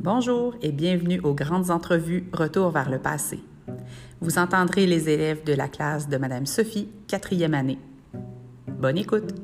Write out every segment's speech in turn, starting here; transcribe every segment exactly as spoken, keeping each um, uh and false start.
Bonjour et bienvenue aux grandes entrevues Retour vers le passé. Vous entendrez les élèves de la classe de Madame Sophie, quatrième année. Bonne écoute!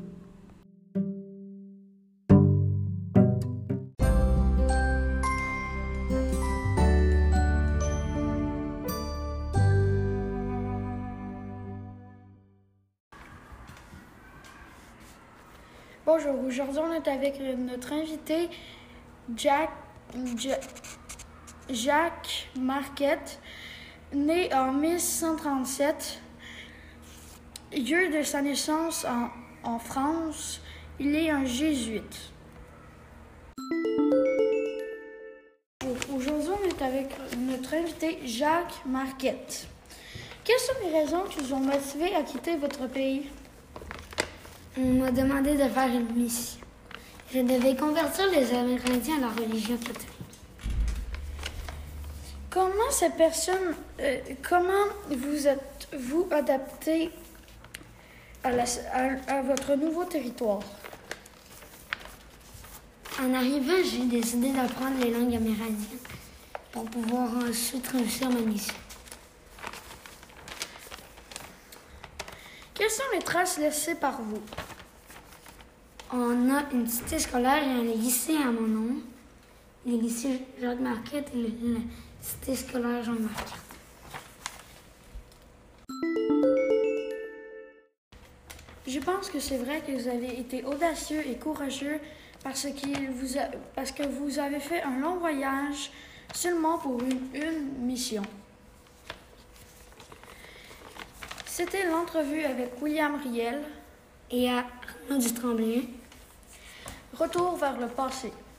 Bonjour, aujourd'hui on est avec notre invité Jack, Ja- Jacques Marquette, né en mille six cent trente-sept. Lieu de sa naissance en, en France, il est un jésuite. Aujourd'hui on est avec notre invité Jacques Marquette. Quelles sont les raisons qui vous ont motivé à quitter votre pays? On m'a demandé de faire une mission. Je devais convertir les Amérindiens à la religion catholique. Comment ces personnes, euh, comment vous êtes-vous adapté à, la, à, à votre nouveau territoire? En arrivant, j'ai décidé d'apprendre les langues amérindiennes pour pouvoir ensuite réussir ma mission. Quelles sont les traces laissées par vous? On a une cité scolaire et un lycée à mon nom. Le lycée Jacques Marquette et la cité scolaire Jean Marquette. Je pense que c'est vrai que vous avez été audacieux et courageux parce, qu'il vous a, parce que vous avez fait un long voyage seulement pour une, une mission. C'était l'entrevue avec William Riel Et à Arnaud du Tremblay. Retour vers le passé.